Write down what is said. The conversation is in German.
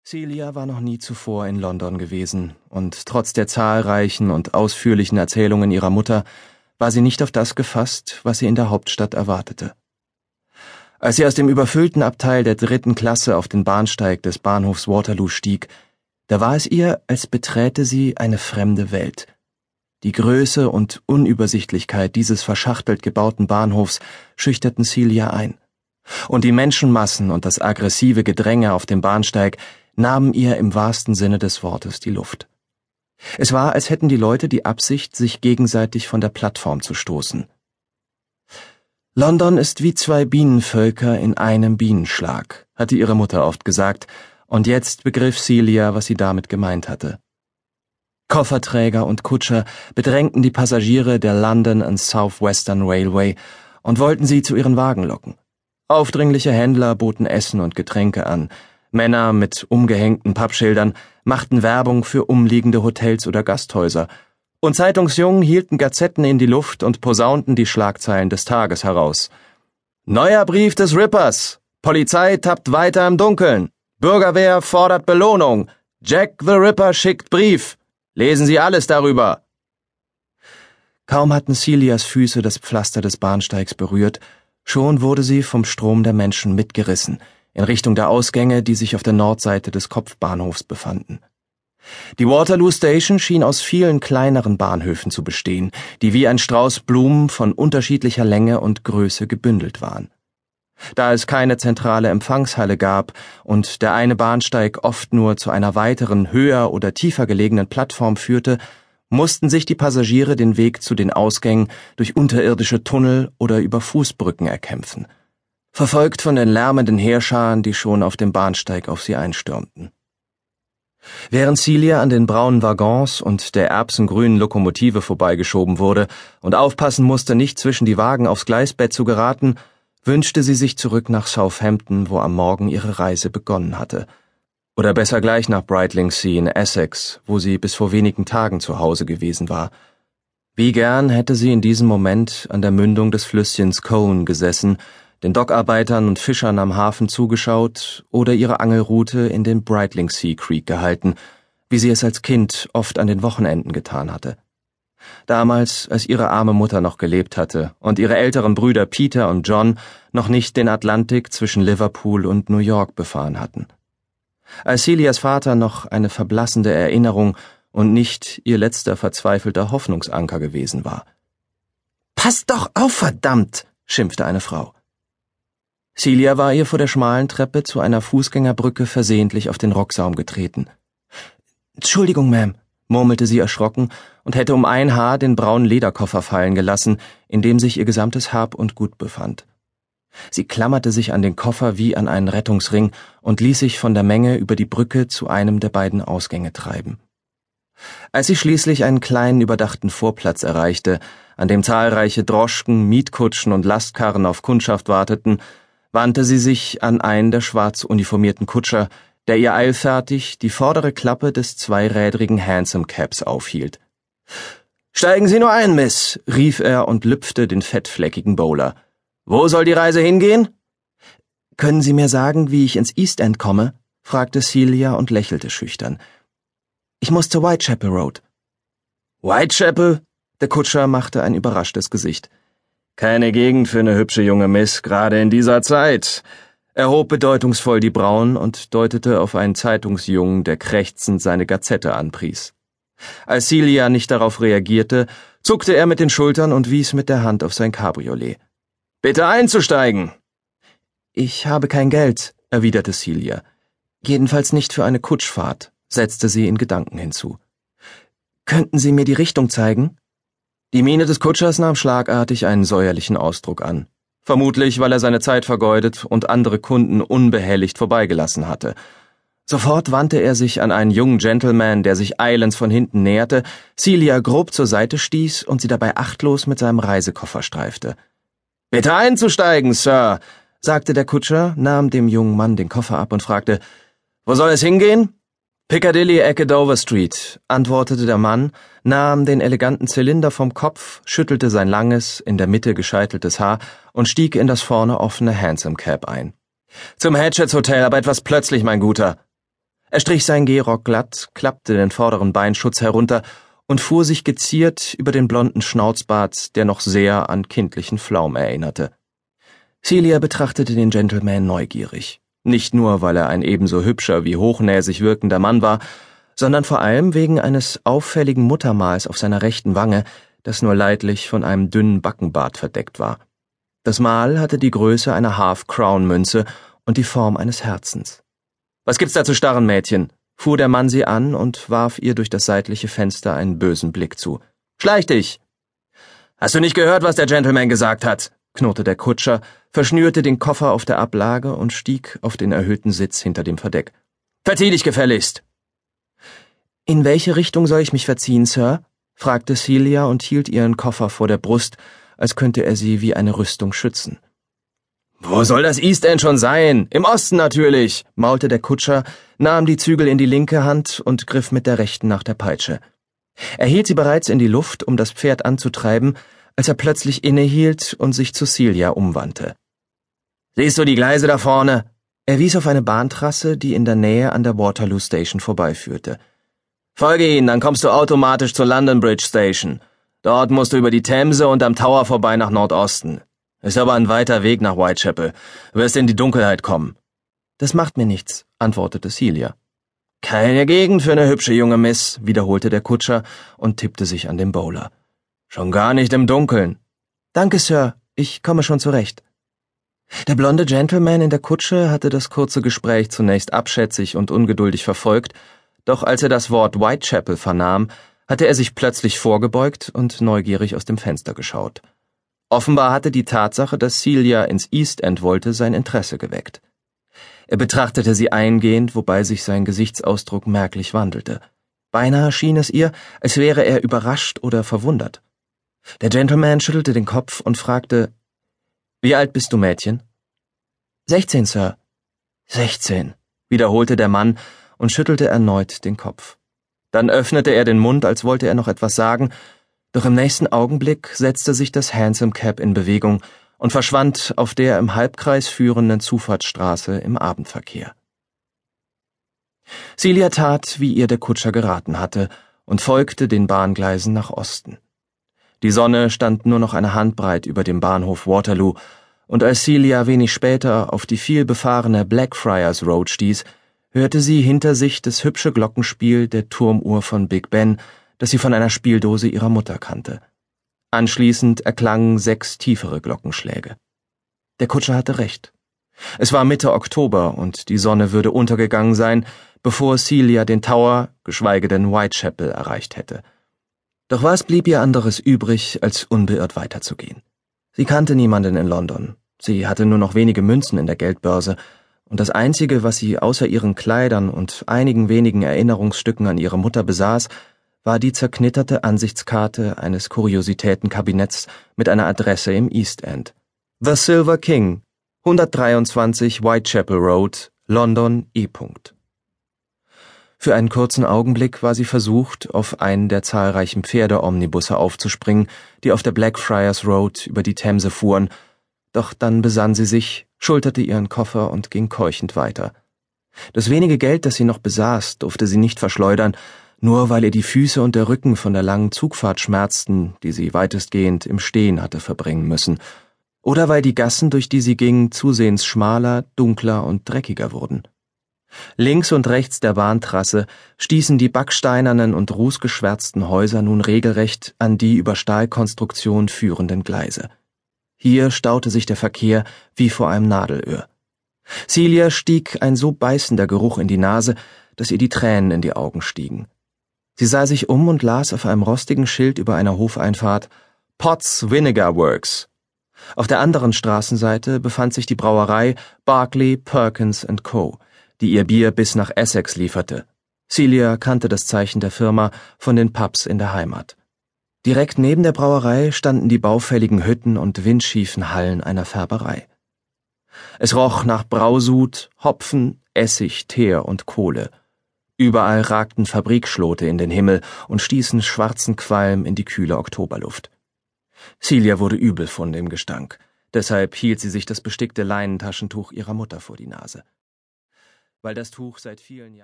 Celia war noch nie zuvor in London gewesen, und trotz der zahlreichen und ausführlichen Erzählungen ihrer Mutter war sie nicht auf das gefasst, was sie in der Hauptstadt erwartete. Als sie aus dem überfüllten Abteil der 3. Klasse auf den Bahnsteig des Bahnhofs Waterloo stieg, da war es ihr, als beträte sie eine fremde Welt. Die Größe und Unübersichtlichkeit dieses verschachtelt gebauten Bahnhofs schüchterten Celia ein. Und die Menschenmassen und das aggressive Gedränge auf dem Bahnsteig nahmen ihr im wahrsten Sinne des Wortes die Luft. Es war, als hätten die Leute die Absicht, sich gegenseitig von der Plattform zu stoßen. London ist wie 2 Bienenvölker in einem Bienenschlag, hatte ihre Mutter oft gesagt, und jetzt begriff Celia, was sie damit gemeint hatte. Kofferträger und Kutscher bedrängten die Passagiere der London and South Western Railway und wollten sie zu ihren Wagen locken. Aufdringliche Händler boten Essen und Getränke an. Männer mit umgehängten Pappschildern machten Werbung für umliegende Hotels oder Gasthäuser, und Zeitungsjungen hielten Gazetten in die Luft und posaunten die Schlagzeilen des Tages heraus. Neuer Brief des Rippers! Polizei tappt weiter im Dunkeln! Bürgerwehr fordert Belohnung! Jack the Ripper schickt Brief! Lesen Sie alles darüber! Kaum hatten Celias Füße das Pflaster des Bahnsteigs berührt, schon wurde sie vom Strom der Menschen mitgerissen, in Richtung der Ausgänge, die sich auf der Nordseite des Kopfbahnhofs befanden. Die Waterloo Station schien aus vielen kleineren Bahnhöfen zu bestehen, die wie ein Strauß Blumen von unterschiedlicher Länge und Größe gebündelt waren. Da es keine zentrale Empfangshalle gab und der eine Bahnsteig oft nur zu einer weiteren, höher oder tiefer gelegenen Plattform führte, mussten sich die Passagiere den Weg zu den Ausgängen durch unterirdische Tunnel oder über Fußbrücken erkämpfen, verfolgt von den lärmenden Heerscharen, die schon auf dem Bahnsteig auf sie einstürmten. Während Celia an den braunen Waggons und der erbsengrünen Lokomotive vorbeigeschoben wurde und aufpassen musste, nicht zwischen die Wagen aufs Gleisbett zu geraten, wünschte sie sich zurück nach Southampton, wo am Morgen ihre Reise begonnen hatte. Oder besser gleich nach Brightlingsea in Essex, wo sie bis vor wenigen Tagen zu Hause gewesen war. Wie gern hätte sie in diesem Moment an der Mündung des Flüsschens Colne gesessen, den Dockarbeitern und Fischern am Hafen zugeschaut oder ihre Angelrute in den Brightlingsea Creek gehalten, wie sie es als Kind oft an den Wochenenden getan hatte. Damals, als ihre arme Mutter noch gelebt hatte und ihre älteren Brüder Peter und John noch nicht den Atlantik zwischen Liverpool und New York befahren hatten. Als Celias Vater noch eine verblassende Erinnerung und nicht ihr letzter verzweifelter Hoffnungsanker gewesen war. »Pass doch auf, verdammt!« schimpfte eine Frau. Celia war ihr vor der schmalen Treppe zu einer Fußgängerbrücke versehentlich auf den Rocksaum getreten. »Entschuldigung, Ma'am«, murmelte sie erschrocken und hätte um ein Haar den braunen Lederkoffer fallen gelassen, in dem sich ihr gesamtes Hab und Gut befand. Sie klammerte sich an den Koffer wie an einen Rettungsring und ließ sich von der Menge über die Brücke zu einem der beiden Ausgänge treiben. Als sie schließlich einen kleinen überdachten Vorplatz erreichte, an dem zahlreiche Droschken, Mietkutschen und Lastkarren auf Kundschaft warteten, wandte sie sich an einen der schwarz uniformierten Kutscher, der ihr eilfertig die vordere Klappe des zweirädrigen Hansom Cabs aufhielt. »Steigen Sie nur ein, Miss«, rief er und lüpfte den fettfleckigen Bowler. »Wo soll die Reise hingehen?« »Können Sie mir sagen, wie ich ins East End komme?« fragte Celia und lächelte schüchtern. »Ich muss zur Whitechapel Road.« »Whitechapel?« Der Kutscher machte ein überraschtes Gesicht. »Keine Gegend für eine hübsche junge Miss, gerade in dieser Zeit.« Er hob bedeutungsvoll die Brauen und deutete auf einen Zeitungsjungen, der krächzend seine Gazette anpries. Als Celia nicht darauf reagierte, zuckte er mit den Schultern und wies mit der Hand auf sein Cabriolet. »Bitte einzusteigen!« »Ich habe kein Geld«, erwiderte Celia. »Jedenfalls nicht für eine Kutschfahrt«, setzte sie in Gedanken hinzu. »Könnten Sie mir die Richtung zeigen?« Die Miene des Kutschers nahm schlagartig einen säuerlichen Ausdruck an. Vermutlich, weil er seine Zeit vergeudet und andere Kunden unbehelligt vorbeigelassen hatte. Sofort wandte er sich an einen jungen Gentleman, der sich eilends von hinten näherte, Celia grob zur Seite stieß und sie dabei achtlos mit seinem Reisekoffer streifte. »Bitte einzusteigen, Sir«, sagte der Kutscher, nahm dem jungen Mann den Koffer ab und fragte, »Wo soll es hingehen?« »Piccadilly, Ecke Dover Street«, antwortete der Mann, nahm den eleganten Zylinder vom Kopf, schüttelte sein langes, in der Mitte gescheiteltes Haar und stieg in das vorne offene Hansom Cab ein. »Zum Hatchetts Hotel, aber etwas plötzlich, mein Guter.« Er strich seinen Gehrock glatt, klappte den vorderen Beinschutz herunter und fuhr sich geziert über den blonden Schnauzbart, der noch sehr an kindlichen Flaum erinnerte. Celia betrachtete den Gentleman neugierig. Nicht nur, weil er ein ebenso hübscher wie hochnäsig wirkender Mann war, sondern vor allem wegen eines auffälligen Muttermals auf seiner rechten Wange, das nur leidlich von einem dünnen Backenbart verdeckt war. Das Mal hatte die Größe einer Half-Crown-Münze und die Form eines Herzens. »Was gibt's da zu starren, Mädchen?« fuhr der Mann sie an und warf ihr durch das seitliche Fenster einen bösen Blick zu. »Schleich dich!« »Hast du nicht gehört, was der Gentleman gesagt hat?« knurrte der Kutscher, verschnürte den Koffer auf der Ablage und stieg auf den erhöhten Sitz hinter dem Verdeck. »Verzieh dich gefälligst!« »In welche Richtung soll ich mich verziehen, Sir?« fragte Celia und hielt ihren Koffer vor der Brust, als könnte er sie wie eine Rüstung schützen. »Wo soll das East End schon sein? Im Osten natürlich«, maulte der Kutscher, nahm die Zügel in die linke Hand und griff mit der rechten nach der Peitsche. Er hielt sie bereits in die Luft, um das Pferd anzutreiben, als er plötzlich innehielt und sich zu Celia umwandte. »Siehst du die Gleise da vorne?« Er wies auf eine Bahntrasse, die in der Nähe an der Waterloo Station vorbeiführte. »Folge ihnen, dann kommst du automatisch zur London Bridge Station. Dort musst du über die Themse und am Tower vorbei nach Nordosten. Ist aber ein weiter Weg nach Whitechapel. Du wirst in die Dunkelheit kommen.« »Das macht mir nichts«, antwortete Celia. »Keine Gegend für eine hübsche junge Miss«, wiederholte der Kutscher und tippte sich an den Bowler. »Schon gar nicht im Dunkeln.« »Danke, Sir, ich komme schon zurecht.« Der blonde Gentleman in der Kutsche hatte das kurze Gespräch zunächst abschätzig und ungeduldig verfolgt, doch als er das Wort Whitechapel vernahm, hatte er sich plötzlich vorgebeugt und neugierig aus dem Fenster geschaut. Offenbar hatte die Tatsache, dass Celia ins East End wollte, sein Interesse geweckt. Er betrachtete sie eingehend, wobei sich sein Gesichtsausdruck merklich wandelte. Beinahe schien es ihr, als wäre er überrascht oder verwundert. Der Gentleman schüttelte den Kopf und fragte, »Wie alt bist du, Mädchen?« »16, Sir.« »16«, wiederholte der Mann und schüttelte erneut den Kopf. Dann öffnete er den Mund, als wollte er noch etwas sagen, doch im nächsten Augenblick setzte sich das Hansom Cab in Bewegung und verschwand auf der im Halbkreis führenden Zufahrtsstraße im Abendverkehr. Celia tat, wie ihr der Kutscher geraten hatte, und folgte den Bahngleisen nach Osten. Die Sonne stand nur noch eine Handbreit über dem Bahnhof Waterloo, und als Celia wenig später auf die vielbefahrene Blackfriars Road stieß, hörte sie hinter sich das hübsche Glockenspiel der Turmuhr von Big Ben, das sie von einer Spieldose ihrer Mutter kannte. Anschließend erklangen 6 tiefere Glockenschläge. Der Kutscher hatte recht. Es war Mitte Oktober und die Sonne würde untergegangen sein, bevor Celia den Tower, geschweige denn Whitechapel, erreicht hätte. Doch was blieb ihr anderes übrig, als unbeirrt weiterzugehen? Sie kannte niemanden in London. Sie hatte nur noch wenige Münzen in der Geldbörse, und das Einzige, was sie außer ihren Kleidern und einigen wenigen Erinnerungsstücken an ihre Mutter besaß, war die zerknitterte Ansichtskarte eines Kuriositätenkabinetts mit einer Adresse im East End. The Silver King, 123 Whitechapel Road, London E. Für einen kurzen Augenblick war sie versucht, auf einen der zahlreichen Pferdeomnibusse aufzuspringen, die auf der Blackfriars Road über die Themse fuhren, doch dann besann sie sich, schulterte ihren Koffer und ging keuchend weiter. Das wenige Geld, das sie noch besaß, durfte sie nicht verschleudern, nur weil ihr die Füße und der Rücken von der langen Zugfahrt schmerzten, die sie weitestgehend im Stehen hatte verbringen müssen, oder weil die Gassen, durch die sie ging, zusehends schmaler, dunkler und dreckiger wurden. Links und rechts der Bahntrasse stießen die backsteinernen und rußgeschwärzten Häuser nun regelrecht an die über Stahlkonstruktion führenden Gleise. Hier staute sich der Verkehr wie vor einem Nadelöhr. Celia stieg ein so beißender Geruch in die Nase, dass ihr die Tränen in die Augen stiegen. Sie sah sich um und las auf einem rostigen Schild über einer Hofeinfahrt »Potts Vinegar Works«. Auf der anderen Straßenseite befand sich die Brauerei Barclay, Perkins & Co., die ihr Bier bis nach Essex lieferte. Celia kannte das Zeichen der Firma von den Pubs in der Heimat. Direkt neben der Brauerei standen die baufälligen Hütten und windschiefen Hallen einer Färberei. Es roch nach Brausud, Hopfen, Essig, Teer und Kohle. Überall ragten Fabrikschlote in den Himmel und stießen schwarzen Qualm in die kühle Oktoberluft. Celia wurde übel von dem Gestank, deshalb hielt sie sich das bestickte Leinentaschentuch ihrer Mutter vor die Nase. Weil das Tuch seit vielen Jahren